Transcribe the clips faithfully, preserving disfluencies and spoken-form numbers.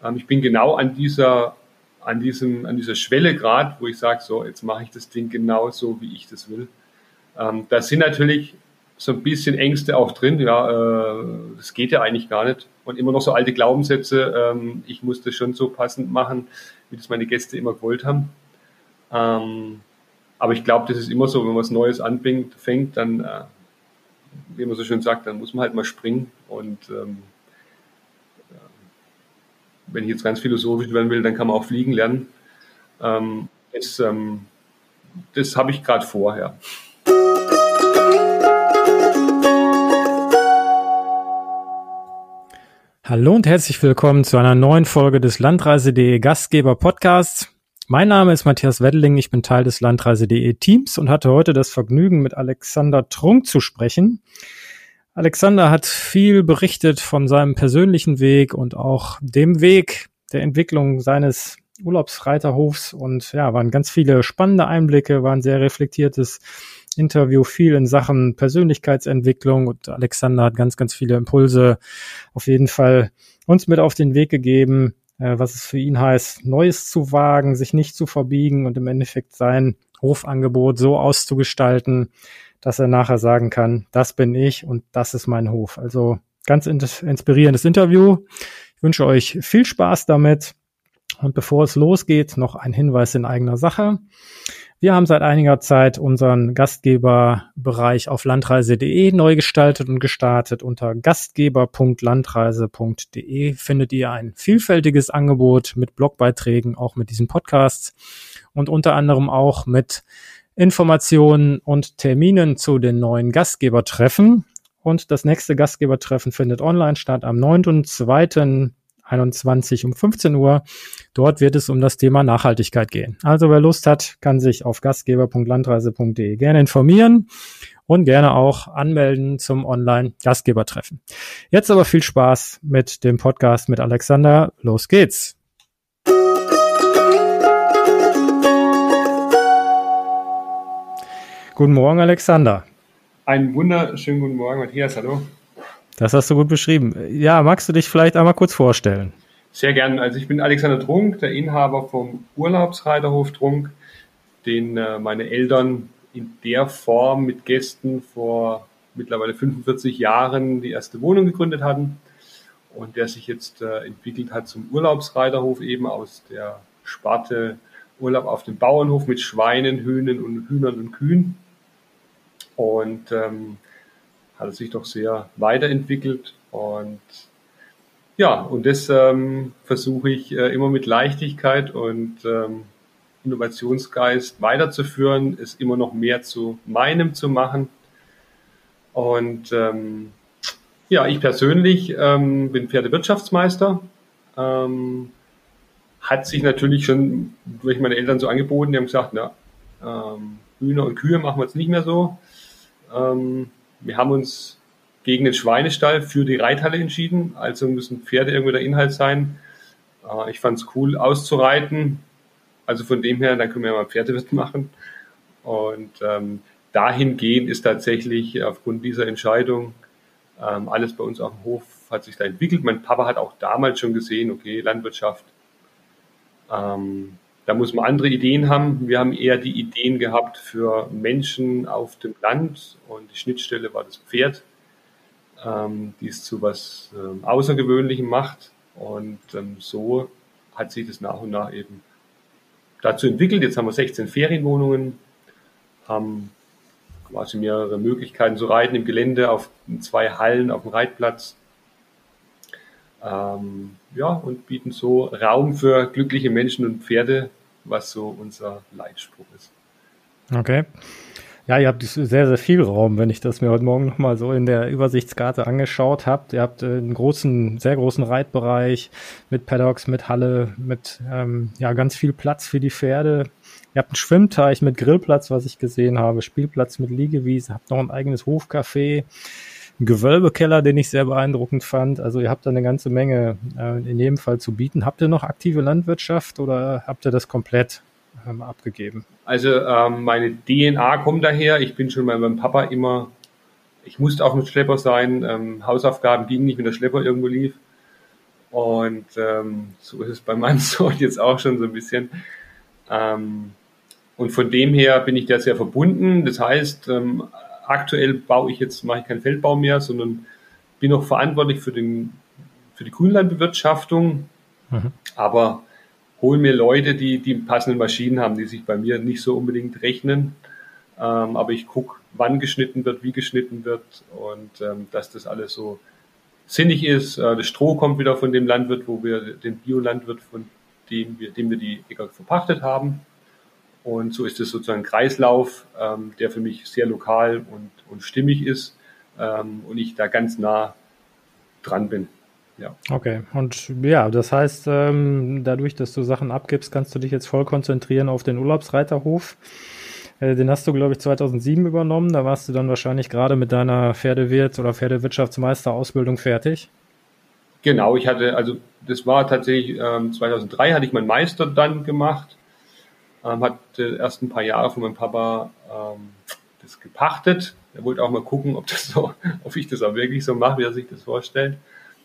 Ähm, ich bin genau an dieser, an diesem, an dieser Schwelle gerade, wo ich sage, so, jetzt mache ich das Ding genau so, wie ich das will. Ähm, da sind natürlich so ein bisschen Ängste auch drin. Ja, äh, das geht ja eigentlich gar nicht. Und immer noch so alte Glaubenssätze. Ähm, ich muss das schon so passend machen, wie das meine Gäste immer gewollt haben. Ähm, aber ich glaube, das ist immer so, wenn man was Neues anfängt, fängt, dann, äh, wie man so schön sagt, dann muss man halt mal springen. Und ähm, wenn ich jetzt ganz philosophisch werden will, dann kann man auch fliegen lernen. Ähm, das ähm, das habe ich gerade vorher. Hallo und herzlich willkommen zu einer neuen Folge des Landreise punkt de Gastgeber Podcasts. Mein Name ist Matthias Weddeling, ich bin Teil des Landreise punkt de Teams und hatte heute das Vergnügen, mit Alexander Trunk zu sprechen. Alexander hat viel berichtet von seinem persönlichen Weg und auch dem Weg der Entwicklung seines Urlaubsreiterhofs und ja, waren ganz viele spannende Einblicke, war ein sehr reflektiertes Interview, viel in Sachen Persönlichkeitsentwicklung und Alexander hat ganz, ganz viele Impulse auf jeden Fall uns mit auf den Weg gegeben, äh, was es für ihn heißt, Neues zu wagen, sich nicht zu verbiegen und im Endeffekt sein Hofangebot so auszugestalten, dass er nachher sagen kann, das bin ich und das ist mein Hof. Also ganz inspirierendes Interview. Ich wünsche euch viel Spaß damit. Und bevor es losgeht, noch ein Hinweis in eigener Sache. Wir haben seit einiger Zeit unseren Gastgeberbereich auf landreise punkt de neu gestaltet und gestartet. Unter gastgeber punkt landreise punkt de findet ihr ein vielfältiges Angebot mit Blogbeiträgen, auch mit diesen Podcasts und unter anderem auch mit Informationen und Terminen zu den neuen Gastgebertreffen. Und das nächste Gastgebertreffen findet online statt am neunten zweiten einundzwanzig um fünfzehn Uhr. Dort wird es um das Thema Nachhaltigkeit gehen. Also wer Lust hat, kann sich auf gastgeber punkt landreise punkt de gerne informieren und gerne auch anmelden zum Online-Gastgebertreffen. Jetzt aber viel Spaß mit dem Podcast mit Alexander. Los geht's! Guten Morgen, Alexander. Einen wunderschönen guten Morgen, Matthias. Hallo. Das hast du gut beschrieben. Ja, magst du dich vielleicht einmal kurz vorstellen? Sehr gern. Also ich bin Alexander Trunk, der Inhaber vom Urlaubsreiterhof Trunk, den äh, meine Eltern in der Form mit Gästen vor mittlerweile fünfundvierzig Jahren die erste Wohnung gegründet hatten und der sich jetzt äh, entwickelt hat zum Urlaubsreiterhof, eben aus der Sparte Urlaub auf dem Bauernhof mit Schweinen, Hühnern und Hühnern und Kühen. Und ähm, hat sich doch sehr weiterentwickelt und ja, und das ähm, versuche ich äh, immer mit Leichtigkeit und ähm, Innovationsgeist weiterzuführen, es immer noch mehr zu meinem zu machen. Und ähm, ja, ich persönlich ähm, bin Pferdewirtschaftsmeister. Ähm, hat sich natürlich schon durch meine Eltern so angeboten, die haben gesagt, na, ähm, Hühner und Kühe machen wir jetzt nicht mehr so. Ähm, wir haben uns gegen den Schweinestall für die Reithalle entschieden, also müssen Pferde irgendwie der Inhalt sein. Äh, ich fand es cool auszureiten, also von dem her, dann können wir ja mal Pferdewirt machen. Und ähm, dahingehend ist tatsächlich aufgrund dieser Entscheidung ähm, alles bei uns auf dem Hof hat sich da entwickelt. Mein Papa hat auch damals schon gesehen, okay, Landwirtschaft, ähm, da muss man andere Ideen haben. Wir haben eher die Ideen gehabt für Menschen auf dem Land und die Schnittstelle war das Pferd, ähm, die es zu was ähm, Außergewöhnlichem macht. Und ähm, so hat sich das nach und nach eben dazu entwickelt. Jetzt haben wir sechzehn Ferienwohnungen, haben quasi mehrere Möglichkeiten zu reiten im Gelände, auf zwei Hallen auf dem Reitplatz. Ähm, ja, und bieten so Raum für glückliche Menschen und Pferde, was so unser Leitspruch ist. Okay. Ja, ihr habt sehr, sehr viel Raum, wenn ich das mir heute Morgen nochmal so in der Übersichtskarte angeschaut habt. Ihr habt einen großen, sehr großen Reitbereich mit Paddocks, mit Halle, mit ähm, ja ganz viel Platz für die Pferde. Ihr habt einen Schwimmteich mit Grillplatz, was ich gesehen habe, Spielplatz mit Liegewiese, habt noch ein eigenes Hofcafé, einen Gewölbekeller, den ich sehr beeindruckend fand. Also ihr habt da eine ganze Menge äh, in jedem Fall zu bieten. Habt ihr noch aktive Landwirtschaft oder habt ihr das komplett ähm, abgegeben? Also ähm, meine D N A kommt daher. Ich bin schon bei meinem Papa immer, ich musste auch mit Schlepper sein. Ähm, Hausaufgaben gingen nicht, wenn der Schlepper irgendwo lief. Und ähm, so ist es bei meinem Sohn jetzt auch schon so ein bisschen. Ähm, und von dem her bin ich da sehr verbunden. Das heißt, ähm, aktuell baue ich jetzt, mache ich keinen Feldbau mehr, sondern bin auch verantwortlich für den, für die Grünlandbewirtschaftung. Mhm. Aber hole mir Leute, die die passenden Maschinen haben, die sich bei mir nicht so unbedingt rechnen. Ähm, aber ich gucke, wann geschnitten wird, wie geschnitten wird und ähm, dass das alles so sinnig ist. Äh, das Stroh kommt wieder von dem Landwirt, wo wir den Biolandwirt, von dem wir, dem wir die Äcker verpachtet haben. Und so ist es sozusagen ein Kreislauf, ähm, der für mich sehr lokal und, und stimmig ist ähm, und ich da ganz nah dran bin. Ja. Okay, und ja, das heißt, ähm, dadurch, dass du Sachen abgibst, kannst du dich jetzt voll konzentrieren auf den Urlaubsreiterhof. Äh, den hast du, glaube ich, zweitausendsieben übernommen. Da warst du dann wahrscheinlich gerade mit deiner Pferdewirt- oder Pferdewirtschaftsmeister-Ausbildung fertig. Genau, ich hatte, also das war tatsächlich, ähm, zweitausenddrei hatte ich meinen Meister dann gemacht, ähm, hatte erst ein paar Jahre von meinem Papa ähm, das gepachtet. Er wollte auch mal gucken, ob das so, ob ich das auch wirklich so mache, wie er sich das vorstellt.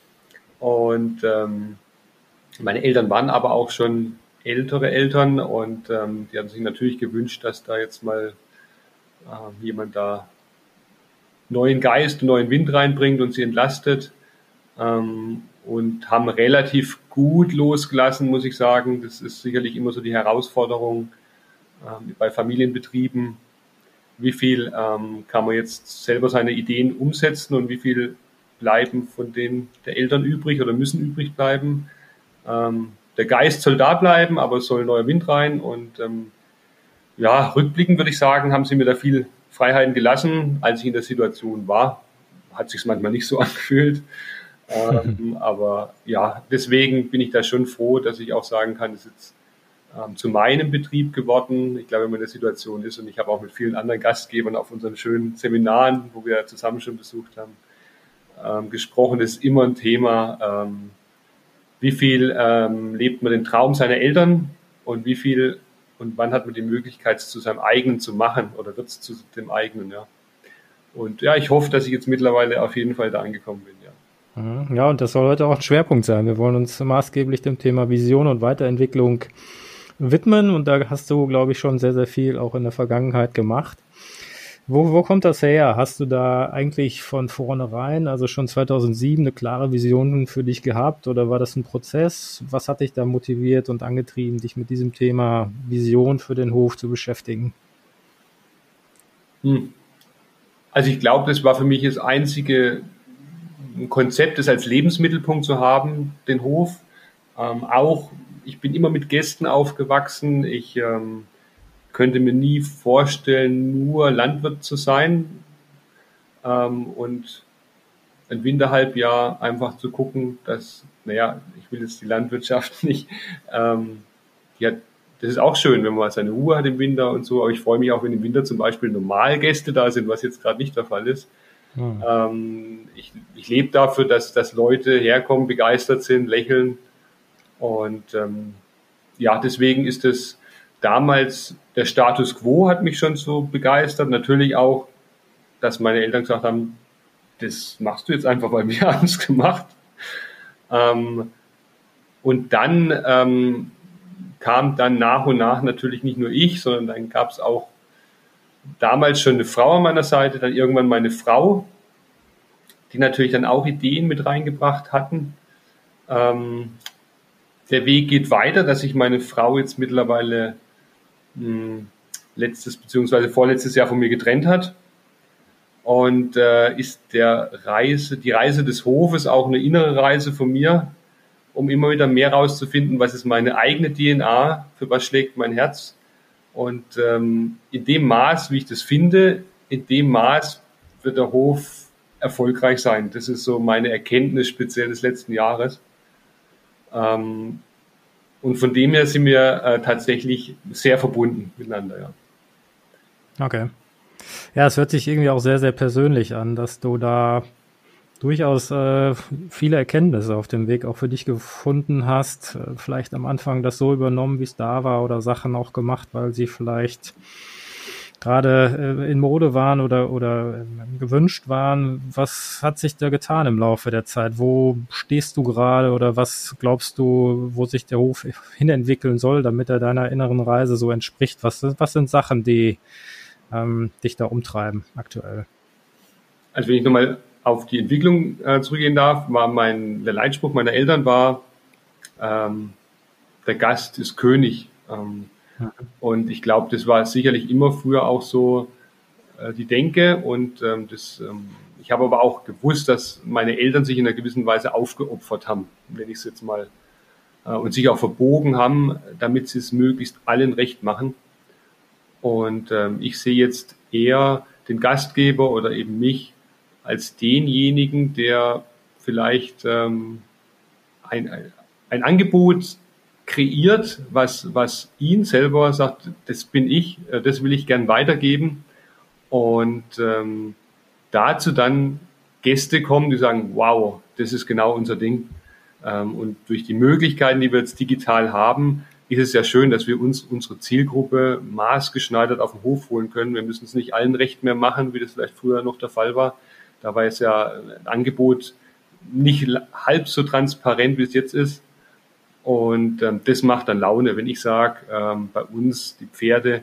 Und ähm, meine Eltern waren aber auch schon ältere Eltern und ähm, die hatten sich natürlich gewünscht, dass da jetzt mal ähm, jemand da neuen Geist, neuen Wind reinbringt und sie entlastet. Ähm, und haben relativ gut losgelassen, muss ich sagen. Das ist sicherlich immer so die Herausforderung ähm, bei Familienbetrieben. Wie viel ähm, kann man jetzt selber seine Ideen umsetzen und wie viel bleiben von denen der Eltern übrig oder müssen übrig bleiben. Ähm, der Geist soll da bleiben, aber es soll neuer Wind rein. Und ähm, ja, rückblickend würde ich sagen, haben sie mir da viel Freiheiten gelassen, als ich in der Situation war. Hat sich manchmal nicht so angefühlt. ähm, aber ja, deswegen bin ich da schon froh, dass ich auch sagen kann, es ist jetzt ähm, zu meinem Betrieb geworden. Ich glaube, wenn man in der Situation ist, und ich habe auch mit vielen anderen Gastgebern auf unseren schönen Seminaren, wo wir zusammen schon besucht haben, ähm, gesprochen, ist immer ein Thema, ähm, wie viel ähm, lebt man den Traum seiner Eltern und wie viel und wann hat man die Möglichkeit, es zu seinem eigenen zu machen oder wird es zu dem eigenen, ja. Und ja, ich hoffe, dass ich jetzt mittlerweile auf jeden Fall da angekommen bin, ja. Ja, und das soll heute auch ein Schwerpunkt sein. Wir wollen uns maßgeblich dem Thema Vision und Weiterentwicklung widmen und da hast du, glaube ich, schon sehr, sehr viel auch in der Vergangenheit gemacht. Wo, wo kommt das her? Hast du da eigentlich von vornherein, also schon zweitausendsieben, eine klare Vision für dich gehabt oder war das ein Prozess? Was hat dich da motiviert und angetrieben, dich mit diesem Thema Vision für den Hof zu beschäftigen? Hm. Also ich glaube, das war für mich das einzige Konzept, das als Lebensmittelpunkt zu haben, den Hof. Ähm, auch, ich bin immer mit Gästen aufgewachsen. Ich ähm, könnte mir nie vorstellen, nur Landwirt zu sein ähm, und ein Winterhalbjahr einfach zu gucken, dass, naja, ich will jetzt die Landwirtschaft nicht, ähm, die hat, das ist auch schön, wenn man mal seine Ruhe hat im Winter und so, aber ich freue mich auch, wenn im Winter zum Beispiel Normalgäste da sind, was jetzt gerade nicht der Fall ist. Mhm. Ähm, ich, ich lebe dafür, dass, dass Leute herkommen, begeistert sind, lächeln und ähm, ja, deswegen ist es damals, der Status Quo hat mich schon so begeistert. Natürlich auch, dass meine Eltern gesagt haben, das machst du jetzt einfach, weil wir haben es gemacht. Ähm, und dann ähm, kam dann nach und nach natürlich nicht nur ich, sondern dann gab es auch damals schon eine Frau an meiner Seite, dann irgendwann meine Frau, die natürlich dann auch Ideen mit reingebracht hatten. Ähm, der Weg geht weiter, dass sich meine Frau jetzt mittlerweile mh, letztes bzw. vorletztes Jahr von mir getrennt hat. Und äh, ist der Reise, die Reise des Hofes auch eine innere Reise von mir, um immer wieder mehr rauszufinden, was ist meine eigene D N A, für was schlägt mein Herz. Und ähm, in dem Maß, wie ich das finde, in dem Maß wird der Hof erfolgreich sein. Das ist so meine Erkenntnis speziell des letzten Jahres. Ähm, und von dem her sind wir äh, tatsächlich sehr verbunden miteinander, ja. Okay. Ja, es hört sich irgendwie auch sehr, sehr persönlich an, dass du da durchaus äh, viele Erkenntnisse auf dem Weg auch für dich gefunden hast. Äh, vielleicht am Anfang das so übernommen, wie es da war oder Sachen auch gemacht, weil sie vielleicht gerade äh, in Mode waren oder, oder äh, gewünscht waren. Was hat sich da getan im Laufe der Zeit? Wo stehst du gerade oder was glaubst du, wo sich der Hof hinentwickeln soll, damit er deiner inneren Reise so entspricht? Was, was sind Sachen, die ähm, dich da umtreiben aktuell? Also wenn ich nochmal auf die Entwicklung äh, zurückgehen darf, war mein, der Leitspruch meiner Eltern war, ähm, der Gast ist König. Ähm, mhm. Und ich glaube, das war sicherlich immer früher auch so äh, die Denke. Und ähm, das, ähm, ich habe aber auch gewusst, dass meine Eltern sich in einer gewissen Weise aufgeopfert haben, wenn ich es jetzt mal, äh, und sich auch verbogen haben, damit sie es möglichst allen recht machen. Und ähm, ich sehe jetzt eher den Gastgeber oder eben mich als denjenigen, der vielleicht ähm, ein, ein, ein Angebot kreiert, was, was ihn selber sagt, das bin ich, das will ich gern weitergeben. Und ähm, dazu dann Gäste kommen, die sagen, wow, das ist genau unser Ding. Ähm, und durch die Möglichkeiten, die wir jetzt digital haben, ist es ja schön, dass wir uns unsere Zielgruppe maßgeschneidert auf den Hof holen können. Wir müssen es nicht allen recht mehr machen, wie das vielleicht früher noch der Fall war. Da war es ja ein Angebot nicht halb so transparent, wie es jetzt ist. Und ähm, das macht dann Laune, wenn ich sage, ähm, bei uns die Pferde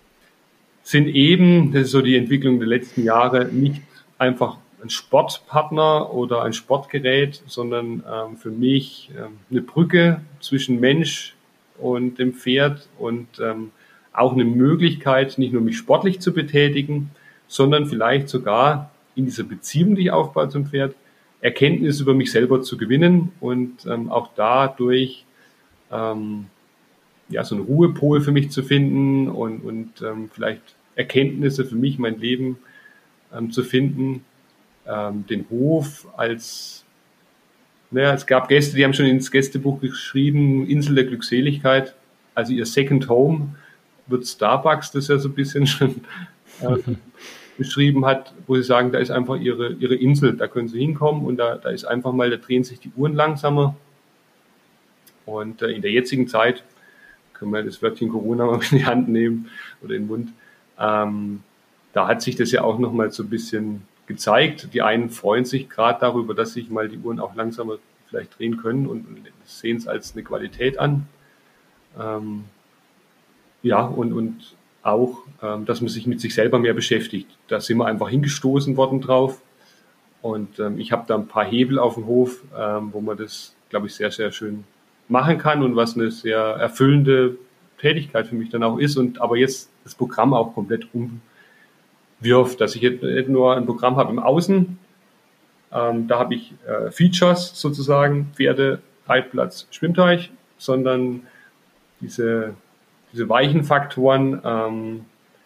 sind eben, das ist so die Entwicklung der letzten Jahre, nicht einfach ein Sportpartner oder ein Sportgerät, sondern ähm, für mich ähm, eine Brücke zwischen Mensch und dem Pferd und ähm, auch eine Möglichkeit, nicht nur mich sportlich zu betätigen, sondern vielleicht sogar in dieser Beziehung, die ich aufbaue zum Pferd, Erkenntnis über mich selber zu gewinnen und ähm, auch dadurch ähm, ja, so einen Ruhepol für mich zu finden und, und ähm, vielleicht Erkenntnisse für mich, mein Leben ähm, zu finden. Ähm, den Hof als, naja, es gab Gäste, die haben schon ins Gästebuch geschrieben, Insel der Glückseligkeit, also ihr Second Home wird Starbucks, das ja so ein bisschen schon äh, beschrieben hat, wo sie sagen, da ist einfach ihre, ihre Insel, da können sie hinkommen und da, da ist einfach mal, da drehen sich die Uhren langsamer. Und äh, in der jetzigen Zeit können wir das Wörtchen Corona mal in die Hand nehmen oder in den Mund. Ähm, da hat sich das ja auch nochmal so ein bisschen gezeigt. Die einen freuen sich gerade darüber, dass sich mal die Uhren auch langsamer vielleicht drehen können und, und sehen es als eine Qualität an. Ähm, ja, und, und auch, ähm, dass man sich mit sich selber mehr beschäftigt. Da sind wir einfach hingestoßen worden drauf. Und ähm, ich habe da ein paar Hebel auf dem Hof, ähm, wo man das, glaube ich, sehr, sehr schön machen kann und was eine sehr erfüllende Tätigkeit für mich dann auch ist. Und aber jetzt das Programm auch komplett umwirft, dass ich jetzt nicht nur ein Programm habe im Außen, ähm, da habe ich äh, Features sozusagen, Pferde, Reitplatz, Schwimmteich, sondern diese diese weichen Faktoren. Ähm,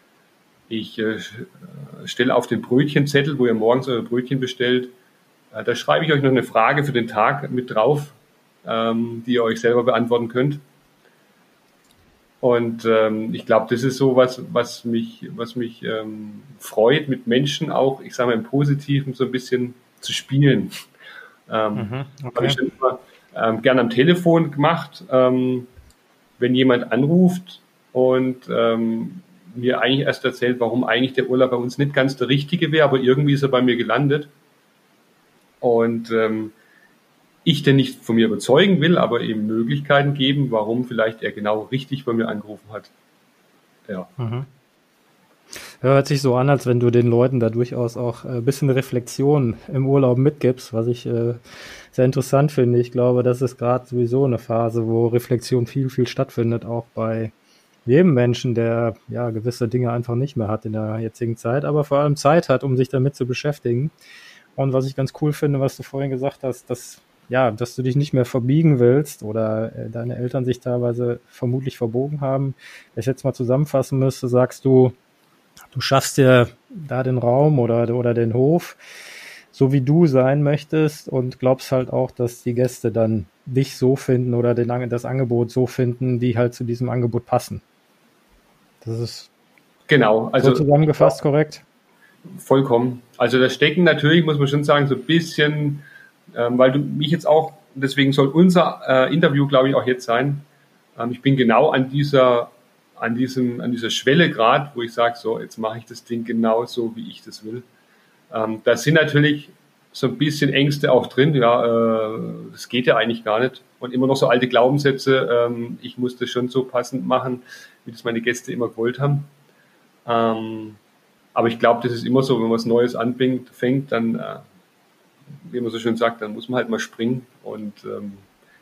ich äh, stelle auf den Brötchenzettel, wo ihr morgens eure Brötchen bestellt, äh, da schreibe ich euch noch eine Frage für den Tag mit drauf, ähm, die ihr euch selber beantworten könnt. Und ähm, ich glaube, das ist so was, was mich, was mich ähm, freut, mit Menschen auch, ich sage mal im Positiven, so ein bisschen zu spielen. Ähm, mhm, okay. Habe ich schon immer ähm, gerne am Telefon gemacht. Ähm, wenn jemand anruft und ähm, mir eigentlich erst erzählt, warum eigentlich der Urlaub bei uns nicht ganz der richtige wäre, aber irgendwie ist er bei mir gelandet. Und ähm, ich den nicht von mir überzeugen will, aber eben Möglichkeiten geben, warum vielleicht er genau richtig bei mir angerufen hat. Ja. Mhm. Hört sich so an, als wenn du den Leuten da durchaus auch ein bisschen Reflexion im Urlaub mitgibst, was ich äh, sehr interessant finde. Ich glaube, das ist gerade sowieso eine Phase, wo Reflexion viel, viel stattfindet, auch bei jedem Menschen, der ja gewisse Dinge einfach nicht mehr hat in der jetzigen Zeit, aber vor allem Zeit hat, um sich damit zu beschäftigen. Und was ich ganz cool finde, was du vorhin gesagt hast, dass ja, dass du dich nicht mehr verbiegen willst oder äh, deine Eltern sich teilweise vermutlich verbogen haben. Wenn ich jetzt mal zusammenfassen müsste, sagst du, du schaffst dir da den Raum oder, oder den Hof, so wie du sein möchtest und glaubst halt auch, dass die Gäste dann dich so finden oder den, das Angebot so finden, die halt zu diesem Angebot passen. Das ist genau, also so zusammengefasst, ja, korrekt? Vollkommen. Also das Stecken natürlich, muss man schon sagen, so ein bisschen, ähm, weil du mich jetzt auch, deswegen soll unser äh, Interview, glaube ich, auch jetzt sein. Ähm, ich bin genau an dieser an diesem, an dieser Schwelle gerade, wo ich sage, so, jetzt mache ich das Ding genau so, wie ich das will. Ähm, da sind natürlich so ein bisschen Ängste auch drin, ja, äh, das geht ja eigentlich gar nicht. Und immer noch so alte Glaubenssätze, ähm, ich muss das schon so passend machen, wie das meine Gäste immer gewollt haben. Ähm, aber ich glaube, das ist immer so, wenn man was Neues anfängt, fängt, dann, äh, wie man so schön sagt, dann muss man halt mal springen. Und ähm,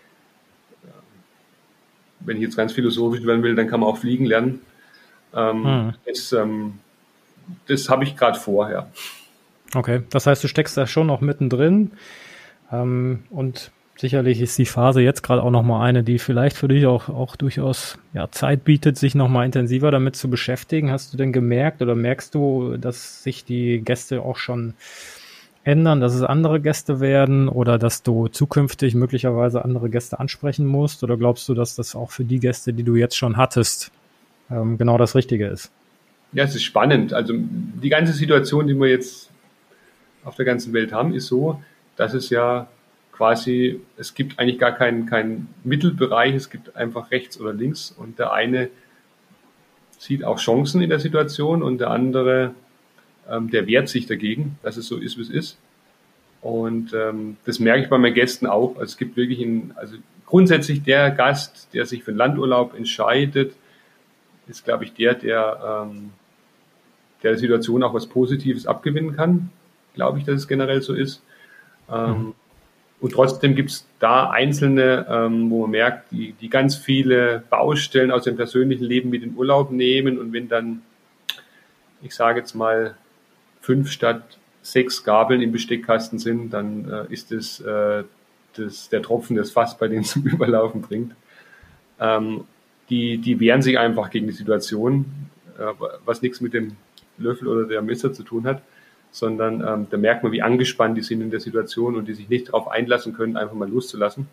wenn ich jetzt ganz philosophisch werden will, dann kann man auch fliegen lernen. Ähm, Hm. Das, ähm, das habe ich gerade vorher. Okay, das heißt, du steckst da schon noch mittendrin. Ähm, und sicherlich ist die Phase jetzt gerade auch nochmal eine, die vielleicht für dich auch, auch durchaus ja, Zeit bietet, sich nochmal intensiver damit zu beschäftigen. Hast du denn gemerkt oder merkst du, dass sich die Gäste auch schon ändern, dass es andere Gäste werden oder dass du zukünftig möglicherweise andere Gäste ansprechen musst? Oder glaubst du, dass das auch für die Gäste, die du jetzt schon hattest, ähm, genau das Richtige ist? Ja, es ist spannend. Also die ganze Situation, die wir jetzt auf der ganzen Welt haben, ist so, dass es ja quasi, es gibt eigentlich gar keinen, keinen Mittelbereich, es gibt einfach rechts oder links und der eine sieht auch Chancen in der Situation und der andere, ähm, der wehrt sich dagegen, dass es so ist, wie es ist. Und ähm, das merke ich bei meinen Gästen auch. Also es gibt wirklich einen, also grundsätzlich der Gast, der sich für einen Landurlaub entscheidet, ist, glaube ich, der, der, ähm, der der Situation auch was Positives abgewinnen kann. Glaube ich, dass es generell so ist. Ähm, mhm. Und trotzdem gibt es da Einzelne, ähm, wo man merkt, die, die ganz viele Baustellen aus dem persönlichen Leben mit in den Urlaub nehmen. Und wenn dann, ich sage jetzt mal, fünf statt sechs Gabeln im Besteckkasten sind, dann äh, ist das, äh, das der Tropfen, das Fass bei denen zum Überlaufen bringt. Ähm, die, die wehren sich einfach gegen die Situation, äh, was nichts mit dem Löffel oder der Messer zu tun hat, sondern ähm, da merkt man, wie angespannt die sind in der Situation und die sich nicht darauf einlassen können, einfach mal loszulassen.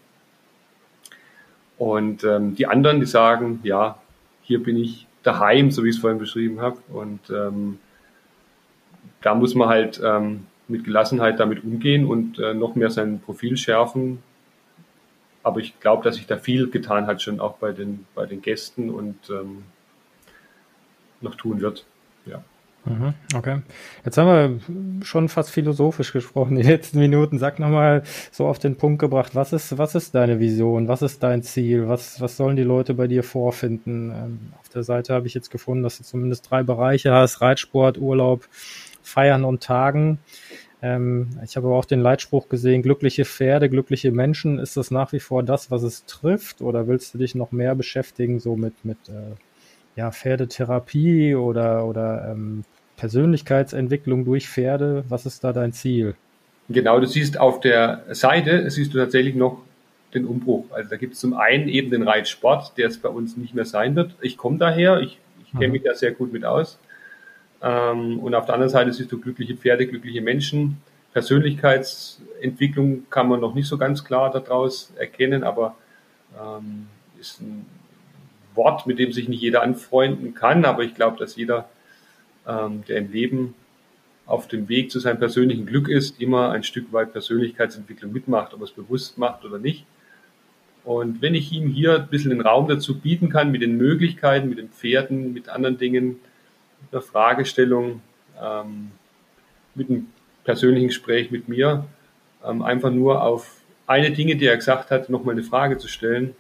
Und ähm, die anderen, die sagen, ja, hier bin ich daheim, so wie ich es vorhin beschrieben habe. Und ähm, da muss man halt ähm, mit Gelassenheit damit umgehen und äh, noch mehr sein Profil schärfen. Aber ich glaube, dass sich da viel getan hat, schon auch bei den, bei den Gästen und ähm, noch tun wird. Ja. Okay. Jetzt haben wir schon fast philosophisch gesprochen, die letzten Minuten. Sag nochmal so auf den Punkt gebracht, was ist, was ist deine Vision? Was ist dein Ziel? Was, was sollen die Leute bei dir vorfinden? Ähm, auf der Seite habe ich jetzt gefunden, dass du zumindest drei Bereiche hast: Reitsport, Urlaub, Feiern und Tagen. Ähm, ich habe aber auch den Leitspruch gesehen, glückliche Pferde, glückliche Menschen. Ist das nach wie vor das, was es trifft? Oder willst du dich noch mehr beschäftigen, so mit, mit äh, ja, Pferdetherapie oder, oder ähm, Persönlichkeitsentwicklung durch Pferde? Was ist da dein Ziel? Genau, du siehst auf der Seite, siehst du tatsächlich noch den Umbruch. Also da gibt es zum einen eben den Reitsport, der es bei uns nicht mehr sein wird. Ich komme daher, ich, ich kenne mich da sehr gut mit aus. Ähm, und auf der anderen Seite siehst du glückliche Pferde, glückliche Menschen. Persönlichkeitsentwicklung kann man noch nicht so ganz klar daraus erkennen, aber ähm, ist ein Wort, mit dem sich nicht jeder anfreunden kann. Aber ich glaube, dass jeder, ähm, der im Leben auf dem Weg zu seinem persönlichen Glück ist, immer ein Stück weit Persönlichkeitsentwicklung mitmacht, ob er es bewusst macht oder nicht. Und wenn ich ihm hier ein bisschen den Raum dazu bieten kann, mit den Möglichkeiten, mit den Pferden, mit anderen Dingen, mit einer Fragestellung, ähm, mit einem persönlichen Gespräch mit mir, ähm, einfach nur auf eine Dinge, die er gesagt hat, nochmal eine Frage zu stellen,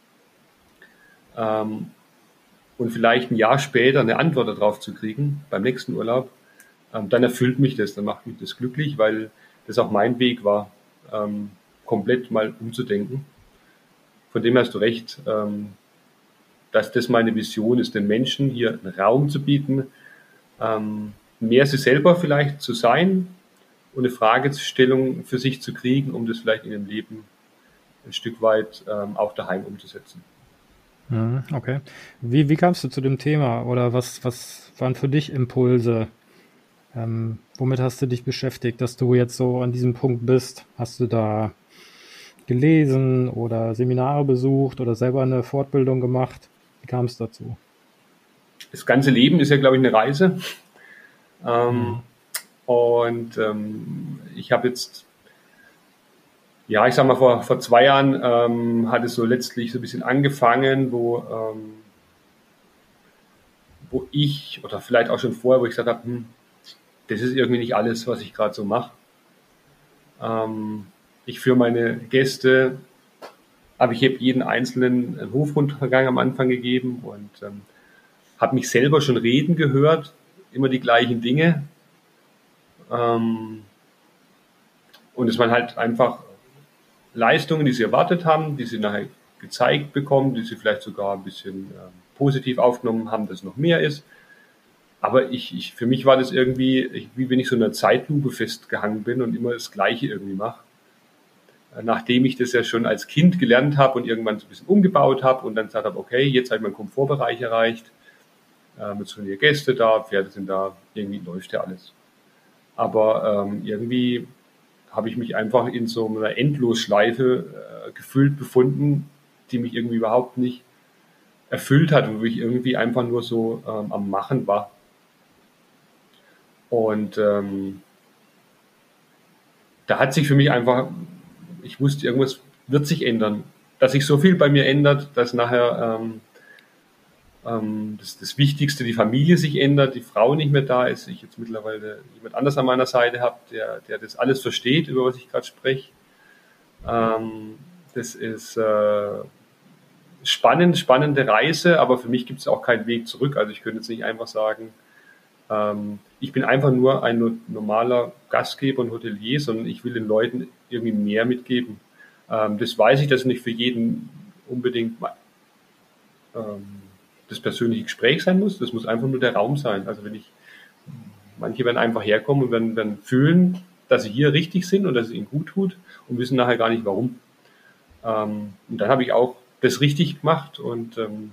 ähm, und vielleicht ein Jahr später eine Antwort darauf zu kriegen, beim nächsten Urlaub, ähm, dann erfüllt mich das, dann macht mich das glücklich, weil das auch mein Weg war, ähm, komplett mal umzudenken. Von dem hast du recht, ähm, dass das meine Vision ist, den Menschen hier einen Raum zu bieten, ähm, mehr sie selber vielleicht zu sein und eine Fragestellung für sich zu kriegen, um das vielleicht in dem Leben ein Stück weit ähm, auch daheim umzusetzen. Okay. Wie, wie kamst du zu dem Thema oder was, was waren für dich Impulse? Ähm, womit hast du dich beschäftigt, dass du jetzt so an diesem Punkt bist? Hast du da gelesen oder Seminare besucht oder selber eine Fortbildung gemacht? Wie kam es dazu? Das ganze Leben ist ja, glaube ich, eine Reise. Ähm, mhm. Und ähm, ich habe jetzt, ja, ich sag mal, vor, vor zwei Jahren ähm, hat es so letztlich so ein bisschen angefangen, wo ähm, wo ich, oder vielleicht auch schon vorher, wo ich gesagt habe, hm, das ist irgendwie nicht alles, was ich gerade so mache. Ähm, ich für meine Gäste, aber ich habe jeden einzelnen einen Hofrundgang am Anfang gegeben und ähm, habe mich selber schon reden gehört, immer die gleichen Dinge. Ähm, und es waren halt einfach Leistungen, die sie erwartet haben, die sie nachher gezeigt bekommen, die sie vielleicht sogar ein bisschen äh, positiv aufgenommen haben, dass noch mehr ist. Aber ich, ich, für mich war das irgendwie, ich, wie wenn ich so in einer Zeitlupe festgehangen bin und immer das Gleiche irgendwie mache. Nachdem ich das ja schon als Kind gelernt habe und irgendwann so ein bisschen umgebaut habe und dann gesagt habe, okay, jetzt habe ich meinen Komfortbereich erreicht, äh, jetzt sind hier Gäste da, Pferde sind da, irgendwie läuft ja alles. Aber ähm, irgendwie habe ich mich einfach in so einer Endlosschleife äh, gefühlt befunden, die mich irgendwie überhaupt nicht erfüllt hat, wo ich irgendwie einfach nur so ähm, am Machen war. Und ähm, da hat sich für mich einfach, ich wusste, irgendwas wird sich ändern. Dass sich so viel bei mir ändert, dass nachher ähm, ähm, das, das Wichtigste, die Familie sich ändert, die Frau nicht mehr da ist, ich jetzt mittlerweile jemand anders an meiner Seite habe, der, der das alles versteht, über was ich gerade spreche. Ähm, das ist äh, spannend, spannende Reise, aber für mich gibt es auch keinen Weg zurück. Also ich könnte jetzt nicht einfach sagen, ähm, ich bin einfach nur ein normaler Gastgeber und Hotelier, sondern ich will den Leuten irgendwie mehr mitgeben. Ähm, das weiß ich, dass nicht für jeden unbedingt ähm, das persönliche Gespräch sein muss. Das muss einfach nur der Raum sein. Also wenn ich, manche werden einfach herkommen und werden, werden fühlen, dass sie hier richtig sind und dass es ihnen gut tut und wissen nachher gar nicht warum. Ähm, und dann habe ich auch das richtig gemacht und ähm,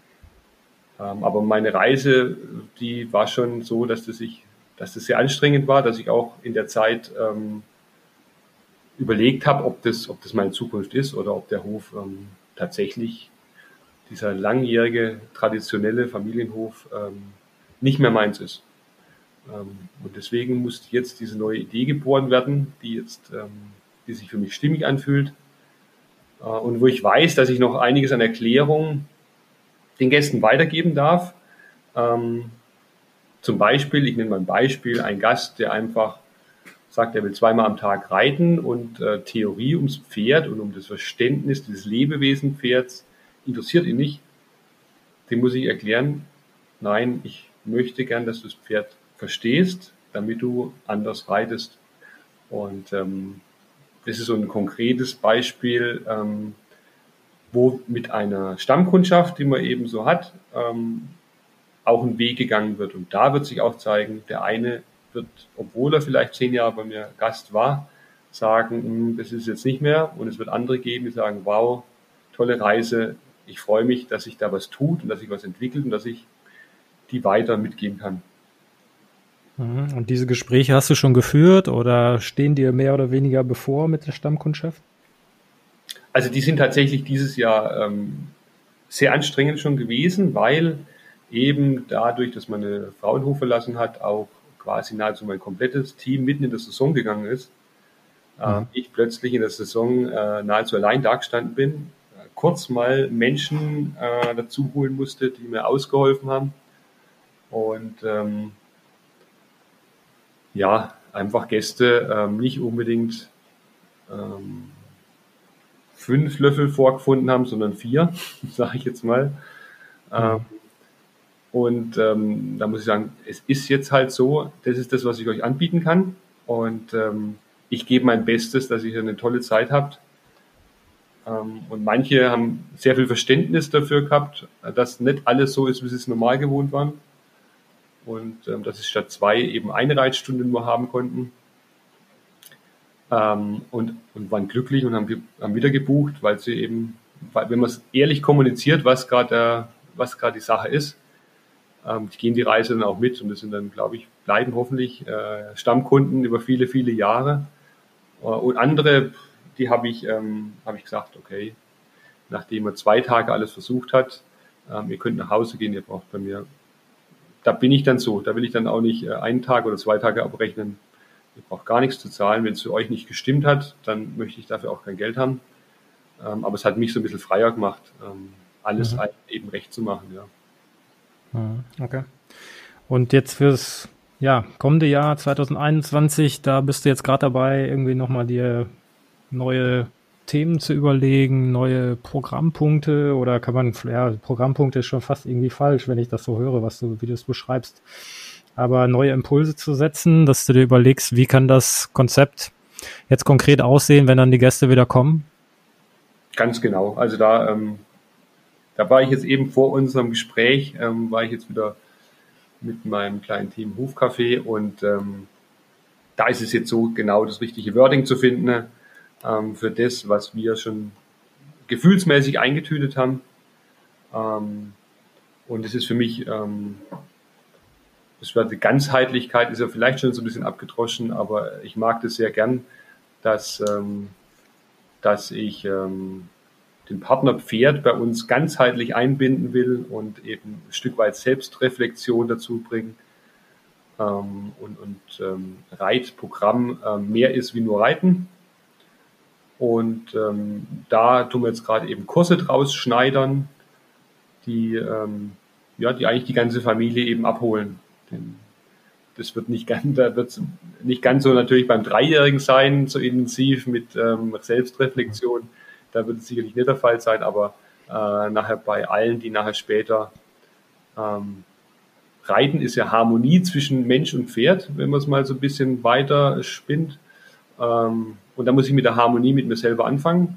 ähm, aber meine Reise, die war schon so, dass das, ich, dass das sehr anstrengend war, dass ich auch in der Zeit ähm, überlegt habe, ob das, ob das meine Zukunft ist oder ob der Hof ähm, tatsächlich, dieser langjährige, traditionelle Familienhof, ähm, nicht mehr meins ist. Ähm, und deswegen musste jetzt diese neue Idee geboren werden, die jetzt, ähm, die sich für mich stimmig anfühlt äh, und wo ich weiß, dass ich noch einiges an Erklärung den Gästen weitergeben darf. Ähm, zum Beispiel, ich nenne mal ein Beispiel, ein Gast, der einfach sagt, er will zweimal am Tag reiten und äh, Theorie ums Pferd und um das Verständnis des Lebewesen Pferds interessiert ihn nicht. Dem muss ich erklären, nein, ich möchte gern, dass du das Pferd verstehst, damit du anders reitest. Und ähm, das ist so ein konkretes Beispiel, ähm, wo mit einer Stammkundschaft, die man eben so hat, ähm, auch ein Weg gegangen wird. Und da wird sich auch zeigen, der eine wird, obwohl er vielleicht zehn Jahre bei mir Gast war, sagen, das ist jetzt nicht mehr. Und es wird andere geben, die sagen, wow, tolle Reise, ich freue mich, dass sich da was tut und dass sich was entwickelt und dass ich die weiter mitgeben kann. Und diese Gespräche hast du schon geführt oder stehen dir mehr oder weniger bevor mit der Stammkundschaft? Also die sind tatsächlich dieses Jahr ähm, sehr anstrengend schon gewesen, weil eben dadurch, dass meine Frau den Hof verlassen hat, auch quasi nahezu mein komplettes Team mitten in der Saison gegangen ist. Mhm. Äh, ich plötzlich in der Saison äh, nahezu allein dagestanden bin, äh, kurz mal Menschen äh, dazu holen musste, die mir ausgeholfen haben. Und ähm, ja, einfach Gäste ähm, nicht unbedingt ähm, fünf Löffel vorgefunden haben, sondern vier, sage ich jetzt mal. Mhm. Ähm, und ähm, da muss ich sagen, es ist jetzt halt so, das ist das, was ich euch anbieten kann. Und ähm, ich gebe mein Bestes, dass ihr eine tolle Zeit habt. Ähm, und manche haben sehr viel Verständnis dafür gehabt, dass nicht alles so ist, wie sie es normal gewohnt waren. Und ähm, dass sie statt zwei eben eine Reitstunde nur haben konnten. Ähm, und, und waren glücklich und haben, haben wieder gebucht, weil sie eben, weil, wenn man es ehrlich kommuniziert, was gerade was gerade die Sache ist, ähm, die gehen die Reise dann auch mit und das sind dann, glaube ich, bleiben hoffentlich äh, Stammkunden über viele, viele Jahre. Äh, und andere, die habe ich, ähm, habe ich gesagt, okay, nachdem er zwei Tage alles versucht hat, ähm, ihr könnt nach Hause gehen, ihr braucht bei mir, da bin ich dann so, da will ich dann auch nicht äh, einen Tag oder zwei Tage abrechnen. Ihr braucht gar nichts zu zahlen. Wenn es für euch nicht gestimmt hat, dann möchte ich dafür auch kein Geld haben. Ähm, aber es hat mich so ein bisschen freier gemacht, ähm, alles mhm. eben recht zu machen. Ja. Okay. Und jetzt fürs ja, kommende Jahr zwanzig einundzwanzig, da bist du jetzt gerade dabei, irgendwie nochmal dir neue Themen zu überlegen, neue Programmpunkte, oder kann man, ja, Programmpunkte ist schon fast irgendwie falsch, wenn ich das so höre, was du, wie du es beschreibst, aber neue Impulse zu setzen, dass du dir überlegst, wie kann das Konzept jetzt konkret aussehen, wenn dann die Gäste wieder kommen? Ganz genau. Also da, ähm, da war ich jetzt eben vor unserem Gespräch, ähm, war ich jetzt wieder mit meinem kleinen Team Hofcafé und ähm, da ist es jetzt so, genau das richtige Wording zu finden ähm, für das, was wir schon gefühlsmäßig eingetütet haben. Ähm, und es ist für mich, ähm, das wird die Ganzheitlichkeit ist ja vielleicht schon so ein bisschen abgedroschen, aber ich mag das sehr gern, dass, ähm, dass ich ähm, den Partner Pferd bei uns ganzheitlich einbinden will und eben ein Stück weit Selbstreflexion dazu bringen. Ähm, und und ähm, Reitprogramm ähm, mehr ist wie nur Reiten. Und ähm, da tun wir jetzt gerade eben Kurse draus schneidern, die, ähm, ja, die eigentlich die ganze Familie eben abholen. Denn das wird nicht ganz, da wird nicht ganz so natürlich beim Dreijährigen sein, so intensiv mit ähm, Selbstreflexion. Da wird es sicherlich nicht der Fall sein, aber äh, nachher bei allen, die nachher später ähm, Reiten ist ja Harmonie zwischen Mensch und Pferd, wenn man es mal so ein bisschen weiter spinnt. Ähm, und da muss ich mit der Harmonie mit mir selber anfangen.